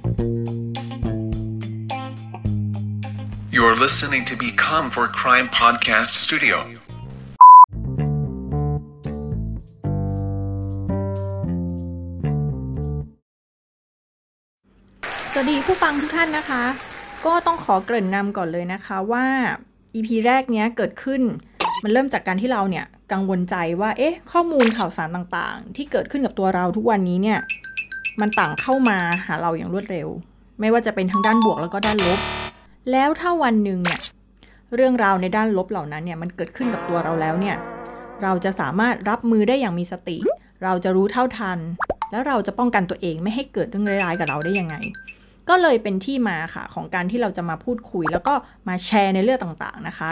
You're listening to Become for Crime Podcast Studio. สวัสดีผู้ฟังทุกท่านนะคะก็ต้องขอเกริ่นนำก่อนเลยนะคะว่า EP แรกเนี้ยเกิดขึ้นมันเริ่มจากการที่เราเนี่ยกังวลใจว่าข้อมูลข่าวสารต่างๆที่เกิดขึ้นกับตัวเราทุกวันนี้เนี่ยมันต่างเข้ามาหาเราอย่างรวดเร็วไม่ว่าจะเป็นทั้งด้านบวกแล้วก็ด้านลบแล้วถ้าวันหนึ่งเนี่ยเรื่องราวในด้านลบเหล่านั้นเนี่ยมันเกิดขึ้นกับตัวเราแล้วเนี่ยเราจะสามารถรับมือได้อย่างมีสติเราจะรู้เท่าทันแล้วเราจะป้องกันตัวเองไม่ให้เกิดเรื่องร้ายๆกับเราได้ยังไงก็เลยเป็นที่มาค่ะของการที่เราจะมาพูดคุยแล้วก็มาแชร์ในเรื่องต่างๆนะคะ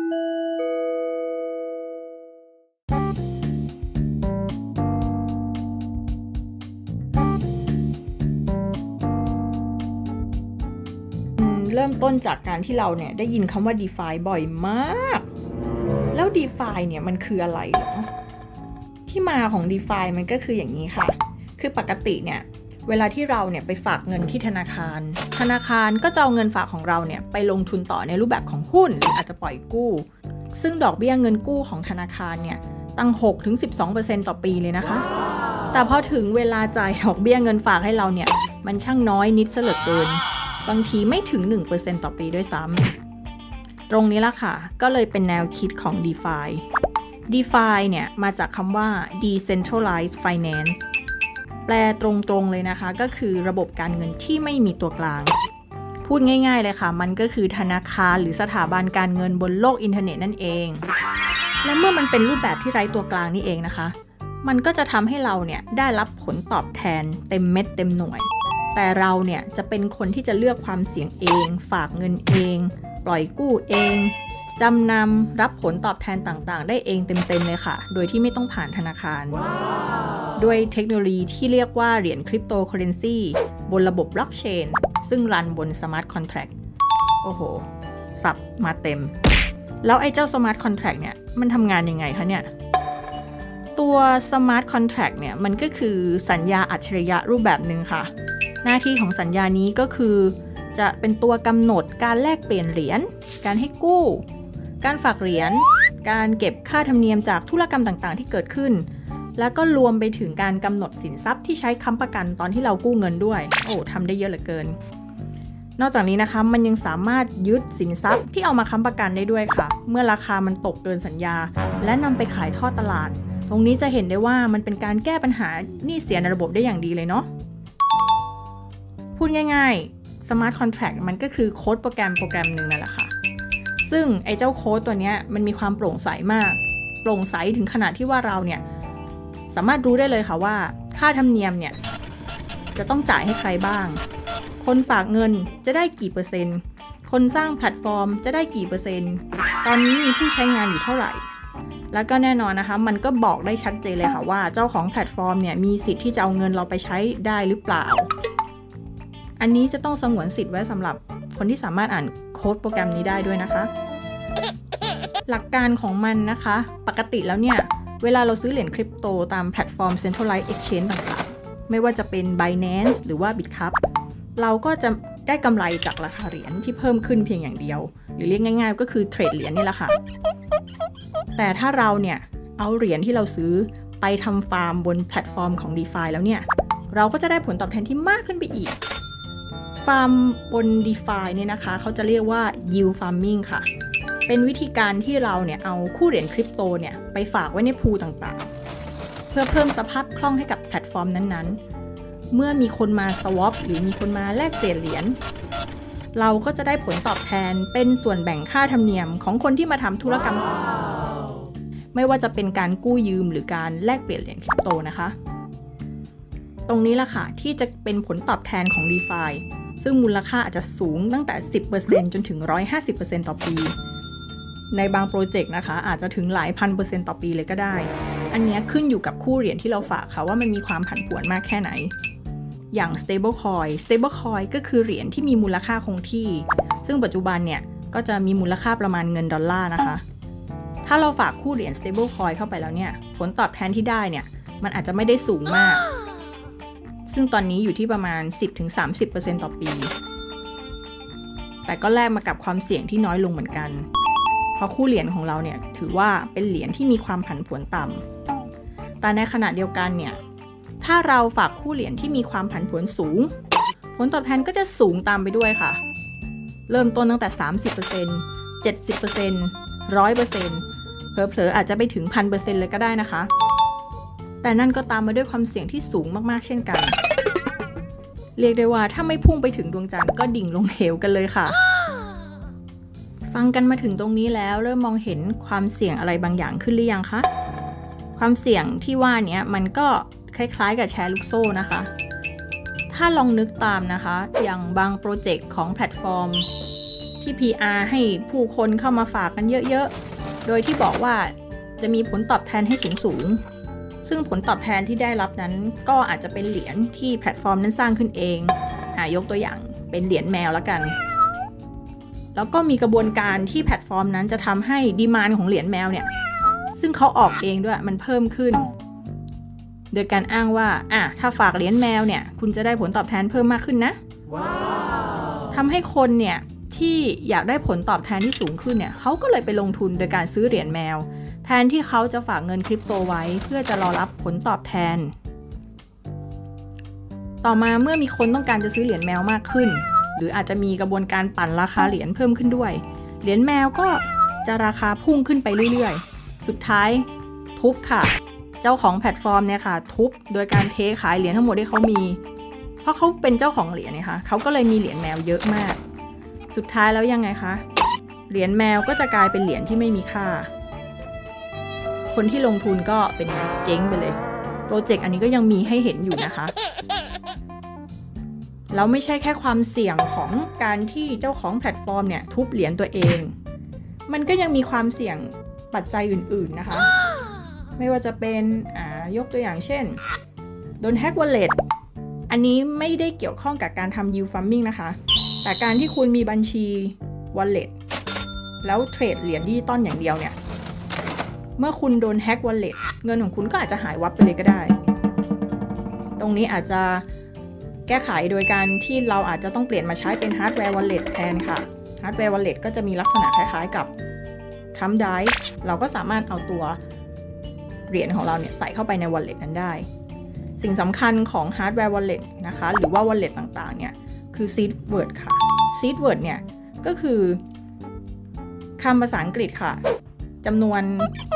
เริ่มต้นจากการที่เราเนี่ยได้ยินคำว่า DeFi บ่อยมากแล้ว DeFi เนี่ยมันคืออะไรเหรอที่มาของ DeFi มันก็คืออย่างนี้ค่ะคือปกติเนี่ยเวลาที่เราเนี่ยไปฝากเงินที่ธนาคารก็จะเอาเงินฝากของเราเนี่ยไปลงทุนต่อในรูปแบบของหุ้นหรืออาจจะปล่อยกู้ซึ่งดอกเบี้ยเงินกู้ของธนาคารเนี่ยตั้ง 6-12% ต่อปีเลยนะคะแต่พอถึงเวลาจ่ายดอกเบี้ยเงินฝากให้เราเนี่ยมันช่างน้อยนิดซะเหลือเกินบางทีไม่ถึง 1% ต่อปีด้วยซ้ำตรงนี้ละค่ะก็เลยเป็นแนวคิดของ DeFi เนี่ยมาจากคำว่า Decentralized Finance แปลตรงๆเลยนะคะก็คือระบบการเงินที่ไม่มีตัวกลางพูดง่ายๆเลยค่ะมันก็คือธนาคารหรือสถาบันการเงินบนโลกอินเทอร์เน็ตนั่นเองและเมื่อมันเป็นรูปแบบที่ไร้ตัวกลางนี่เองนะคะมันก็จะทำให้เราเนี่ยได้รับผลตอบแทนเต็มเม็ดเต็มหน่วยแต่เราเนี่ยจะเป็นคนที่จะเลือกความเสี่ยงเองฝากเงินเองปล่อยกู้เองจำนำรับผลตอบแทนต่างๆได้เองเต็มๆเลยค่ะโดยที่ไม่ต้องผ่านธนาคารด้วยเทคโนโลยีที่เรียกว่าเหรียญคริปโตเคอเรนซีบนระบบบล็อกเชนซึ่งรันบนสมาร์ทคอนแทรคโอ้โหสับมาเต็มแล้วไอ้เจ้าสมาร์ทคอนแทรคเนี่ยมันทำงานยังไงคะเนี่ยตัวสมาร์ทคอนแทรคเนี่ยมันก็คือสัญญาอัจฉริยะรูปแบบหนึ่งค่ะหน้าที่ของสัญญานี้ก็คือจะเป็นตัวกำหนดการแลกเปลี่ยนเหรียญการให้กู้การฝากเหรียญการเก็บค่าธรรมเนียมจากธุรกรรมต่างๆที่เกิดขึ้นแล้วก็รวมไปถึงการกำหนดสินทรัพย์ที่ใช้ค้ำประกันตอนที่เรากู้เงินด้วยโอ้ทำได้เยอะเหลือเกินนอกจากนี้นะคะมันยังสามารถยึดสินทรัพย์ที่เอามาค้ำประกันได้ด้วยค่ะเมื่อราคามันตกเกินสัญญาและนำไปขายทอดตลาดตรงนี้จะเห็นได้ว่ามันเป็นการแก้ปัญหาหนี้เสียในระบบได้อย่างดีเลยเนาะพูดง่ายๆ Smart Contract มันก็คือโค้ดโปรแกรมหนึ่งนั่นแหละค่ะซึ่งไอ้เจ้าโค้ดตัวเนี้ยมันมีความโปร่งใสมากโปร่งใสถึงขนาดที่ว่าเราเนี่ยสามารถรู้ได้เลยค่ะว่าค่าธรรมเนียมเนี่ยจะต้องจ่ายให้ใครบ้างคนฝากเงินจะได้กี่เปอร์เซ็นต์คนสร้างแพลตฟอร์มจะได้กี่เปอร์เซ็นต์ตอนนี้มีผู้ใช้งานอยู่เท่าไหร่แล้วก็แน่นอนนะคะมันก็บอกได้ชัดเจนเลยค่ะว่าเจ้าของแพลตฟอร์มเนี่ยมีสิทธิ์ที่จะเอาเงินเราไปใช้ได้หรือเปล่าอันนี้จะต้องสงวนสิทธิ์ไว้สำหรับคนที่สามารถอ่านโค้ดโปรแกรมนี้ได้ด้วยนะคะหลักการของมันนะคะปกติแล้วเนี่ยเวลาเราซื้อเหรียญคริปโตตามแพลตฟอร์ม Centralized Exchange ต่างๆไม่ว่าจะเป็น Binance หรือว่า Bitcup เราก็จะได้กำไรจากราคาเหรียญที่เพิ่มขึ้นเพียงอย่างเดียวหรือเรียกง่ายๆก็คือเทรดเหรียญนี่แหละค่ะแต่ถ้าเราเนี่ยเอาเหรียญที่เราซื้อไปทำฟาร์มบนแพลตฟอร์มของ DeFi แล้วเนี่ยเราก็จะได้ผลตอบแทนที่มากขึ้นไปอีกฟาร์มบน DeFi เนี่ยนะคะเขาจะเรียกว่า Yield Farming ค่ะเป็นวิธีการที่เราเนี่ยเอาคู่เหรียญคริปโตเนี่ยไปฝากไว้ในพูลต่างๆเพื่อเพิ่มสภาพคล่องให้กับแพลตฟอร์มนั้นๆเมื่อมีคนมา swap หรือมีคนมาแลกเปลี่ยนเหรียญเราก็จะได้ผลตอบแทนเป็นส่วนแบ่งค่าธรรมเนียมของคนที่มาทำธุรกรรมไม่ว่าจะเป็นการกู้ยืมหรือการแลกเปลี่ยนเหรียญคริปโตนะคะตรงนี้ล่ะค่ะที่จะเป็นผลตอบแทนของ DeFi ซึ่งมูลค่าอาจจะสูงตั้งแต่ 10% จนถึง 150% ต่อปีในบางโปรเจกต์นะคะอาจจะถึงหลายพัน%ต่อปีเลยก็ได้อันนี้ขึ้นอยู่กับคู่เหรียญที่เราฝากค่ะว่ามันมีความผันผวนมากแค่ไหนอย่าง stablecoin ก็คือเหรียญที่มีมูลค่าคงที่ซึ่งปัจจุบันเนี่ยก็จะมีมูลค่าประมาณเงินดอลลาร์นะคะถ้าเราฝากคู่เหรียญ stablecoin เข้าไปแล้วเนี่ยผลตอบแทนที่ได้เนี่ยมันอาจจะไม่ได้สูงมากซึ่งตอนนี้อยู่ที่ประมาณ 10-30% ต่อปีแต่ก็แลกมากับความเสี่ยงที่น้อยลงเหมือนกันเพราะคู่เหรียญของเราเนี่ยถือว่าเป็นเหรียญที่มีความผันผวนต่ำแต่ในขณะเดียวกันเนี่ยถ้าเราฝากคู่เหรียญที่มีความผันผวนสูงผลตอบแทนก็จะสูงตามไปด้วยค่ะเริ่มต้นตั้งแต่ 30% 70% 100% เผลอๆอาจจะไปถึง 1,000% เลยก็ได้นะคะแต่นั่นก็ตามมาด้วยความเสี่ยงที่สูงมากๆเช่นกันเรียกได้ว่าถ้าไม่พุ่งไปถึงดวงจันทร์ก็ดิ่งลงเหวกันเลยค่ะฟังกันมาถึงตรงนี้แล้วเริ่มมองเห็นความเสี่ยงอะไรบางอย่างขึ้นหรือยังคะความเสี่ยงที่ว่านี้มันก็คล้ายๆกับแชร์ลูกโซ่นะคะถ้าลองนึกตามนะคะอย่างบางโปรเจกต์ของแพลตฟอร์มที่ PR ให้ผู้คนเข้ามาฝากกันเยอะๆโดยที่บอกว่าจะมีผลตอบแทนให้สูงซึ่งผลตอบแทนที่ได้รับนั้นก็อาจจะเป็นเหรียญที่แพลตฟอร์มนั้นสร้างขึ้นเองยกตัวอย่างเป็นเหรียญแมวแล้วกันแล้วก็มีกระบวนการที่แพลตฟอร์มนั้นจะทำให้ดีมานด์ของเหรียญแมวเนี่ยซึ่งเขาออกเองด้วยมันเพิ่มขึ้นโดยการอ้างว่าถ้าฝากเหรียญแมวเนี่ยคุณจะได้ผลตอบแทนเพิ่มมากขึ้นนะ ทำให้คนเนี่ยที่อยากได้ผลตอบแทนที่สูงขึ้นเนี่ยเขาก็เลยไปลงทุนโดยการซื้อเหรียญแมวแทนที่เขาจะฝากเงินคริปโตไว้เพื่อจะรอรับผลตอบแทนต่อมาเมื่อมีคนต้องการจะซื้อเหรียญแมวมากขึ้นหรืออาจจะมีกระบวนการปั่นราคาเหรียญเพิ่มขึ้นด้วยเหรียญแมวก็จะราคาพุ่งขึ้นไปเรื่อยๆสุดท้ายทุบค่ะเจ้าของแพลตฟอร์มเนี่ยค่ะทุบโดยการเทขายเหรียญทั้งหมดที่เขามีเพราะเขาเป็นเจ้าของเหรียญนะคะเขาก็เลยมีเหรียญแมวเยอะมากสุดท้ายแล้วยังไงคะเหรียญแมวก็จะกลายเป็นเหรียญที่ไม่มีค่าคนที่ลงทุนก็เป็นเจ๊งไปเลยโปรเจกต์อันนี้ก็ยังมีให้เห็นอยู่นะคะแล้วไม่ใช่แค่ความเสี่ยงของการที่เจ้าของแพลตฟอร์มเนี่ยทุบเหรียญตัวเองมันก็ยังมีความเสี่ยงปัจจัยอื่นๆนะคะไม่ว่าจะเป็นยกตัวอย่างเช่นโดนแฮ็ก wallet อันนี้ไม่ได้เกี่ยวข้องกับการทำ yield farming นะคะแต่การที่คุณมีบัญชี wallet แล้วเทรดเหรียญดิจิตอลอย่างเดียวเนี่ยเมื่อคุณโดนแฮ็ก wallet เงินของคุณก็อาจจะหายวับไปเลยก็ได้ตรงนี้อาจจะแก้ไขโดยการที่เราอาจจะต้องเปลี่ยนมาใช้เป็น hardware wallet แทนค่ะ hardware wallet ก็จะมีลักษณะคล้ายๆกับ Trump Drive เราก็สามารถเอาตัวเหรียญของเราเนี่ยใส่เข้าไปใน wallet นั้นได้สิ่งสำคัญของ hardware wallet นะคะหรือว่า wallet ต่างๆเนี่ยคือ seed word ค่ะ seed word เนี่ยก็คือคำภาษาอังกฤษค่ะจำนวน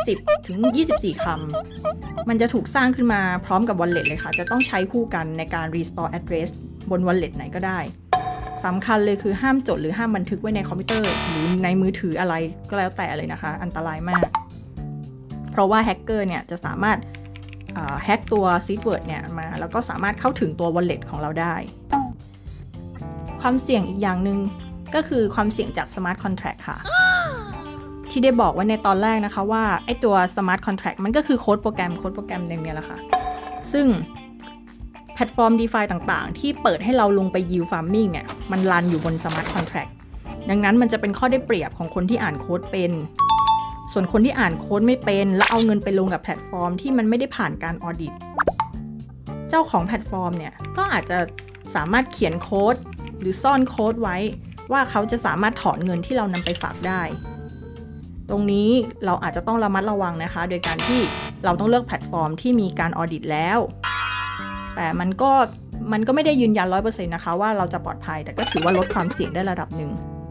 10-24 คำมันจะถูกสร้างขึ้นมาพร้อมกับ wallet เลยค่ะจะต้องใช้คู่กันในการ restore address บน wallet ไหนก็ได้สำคัญเลยคือห้ามจดหรือห้ามบันทึกไว้ในคอมพิวเตอร์หรือในมือถืออะไรก็แล้วแต่เลยนะคะอันตรายมากเพราะว่าแฮกเกอร์เนี่ยจะสามารถแฮกตัว seed word เนี่ยมาแล้วก็สามารถเข้าถึงตัว wallet ของเราได้ความเสี่ยงอีกอย่างหนึ่งก็คือความเสี่ยงจาก smart contract ค่ะที่ได้บอกไว้ในตอนแรกนะคะว่าไอ้ตัว smart contract มันก็คือโค้ดโปรแกรมอย่างนี้แหละค่ะซึ่งแพลตฟอร์ม DeFi ต่างๆที่เปิดให้เราลงไป yield farming เนี่ยมันรันอยู่บน smart contract ดังนั้นมันจะเป็นข้อได้เปรียบของคนที่อ่านโค้ดเป็นส่วนคนที่อ่านโค้ดไม่เป็นแล้วเอาเงินไปลงกับแพลตฟอร์มที่มันไม่ได้ผ่านการออดิตเจ้าของแพลตฟอร์มเนี่ยก็อาจจะสามารถเขียนโค้ดหรือซ่อนโค้ดไว้ว่าเขาจะสามารถถอนเงินที่เรานำไปฝากได้ตรงนี้เราอาจจะต้องระมัดระวังนะคะโดยการที่เราต้องเลือกแพลตฟอร์มที่มีการออดิตแล้วแต่มันก็ไม่ได้ยืนยัน 100% นะคะว่าเราจะปลอดภัยแต่ก็ถือว่าลดความเสี่ยงได้ระดับหนึ่ง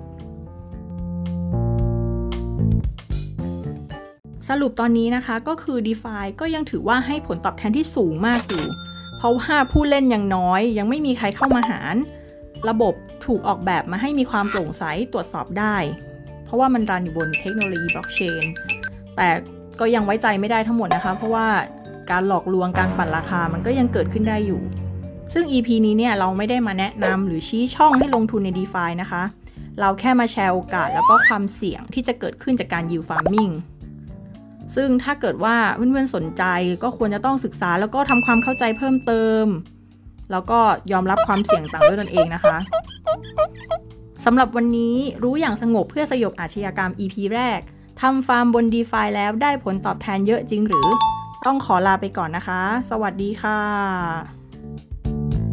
สรุปตอนนี้นะคะก็คือ DeFi ก็ยังถือว่าให้ผลตอบแทนที่สูงมากอยู่เพราะว่าผู้เล่นยังน้อยยังไม่มีใครเข้ามาหารระบบถูกออกแบบมาให้มีความโปร่งใสตรวจสอบได้เพราะว่ามันรันอยู่บนเทคโนโลยีบล็อกเชนแต่ก็ยังไว้ใจไม่ได้ทั้งหมดนะคะเพราะว่าการหลอกลวงการปั่นราคามันก็ยังเกิดขึ้นได้อยู่ซึ่ง EP นี้เนี่ยเราไม่ได้มาแนะนำหรือชี้ช่องให้ลงทุนใน DeFi นะคะเราแค่มาแชร์โอกาสแล้วก็ความเสี่ยงที่จะเกิดขึ้นจากการ yield farmingซึ่งถ้าเกิดว่าเพื่อนๆสนใจก็ควรจะต้องศึกษาแล้วก็ทำความเข้าใจเพิ่มเติมแล้วก็ยอมรับความเสี่ยงต่างด้วยตนเองนะคะสำหรับวันนี้รู้อย่างสงบเพื่อสยบอาชญากรรม EP แรกทำฟาร์มบน DeFi แล้วได้ผลตอบแทนเยอะจริงหรือต้องขอลาไปก่อนนะคะสวัสดีค่ะ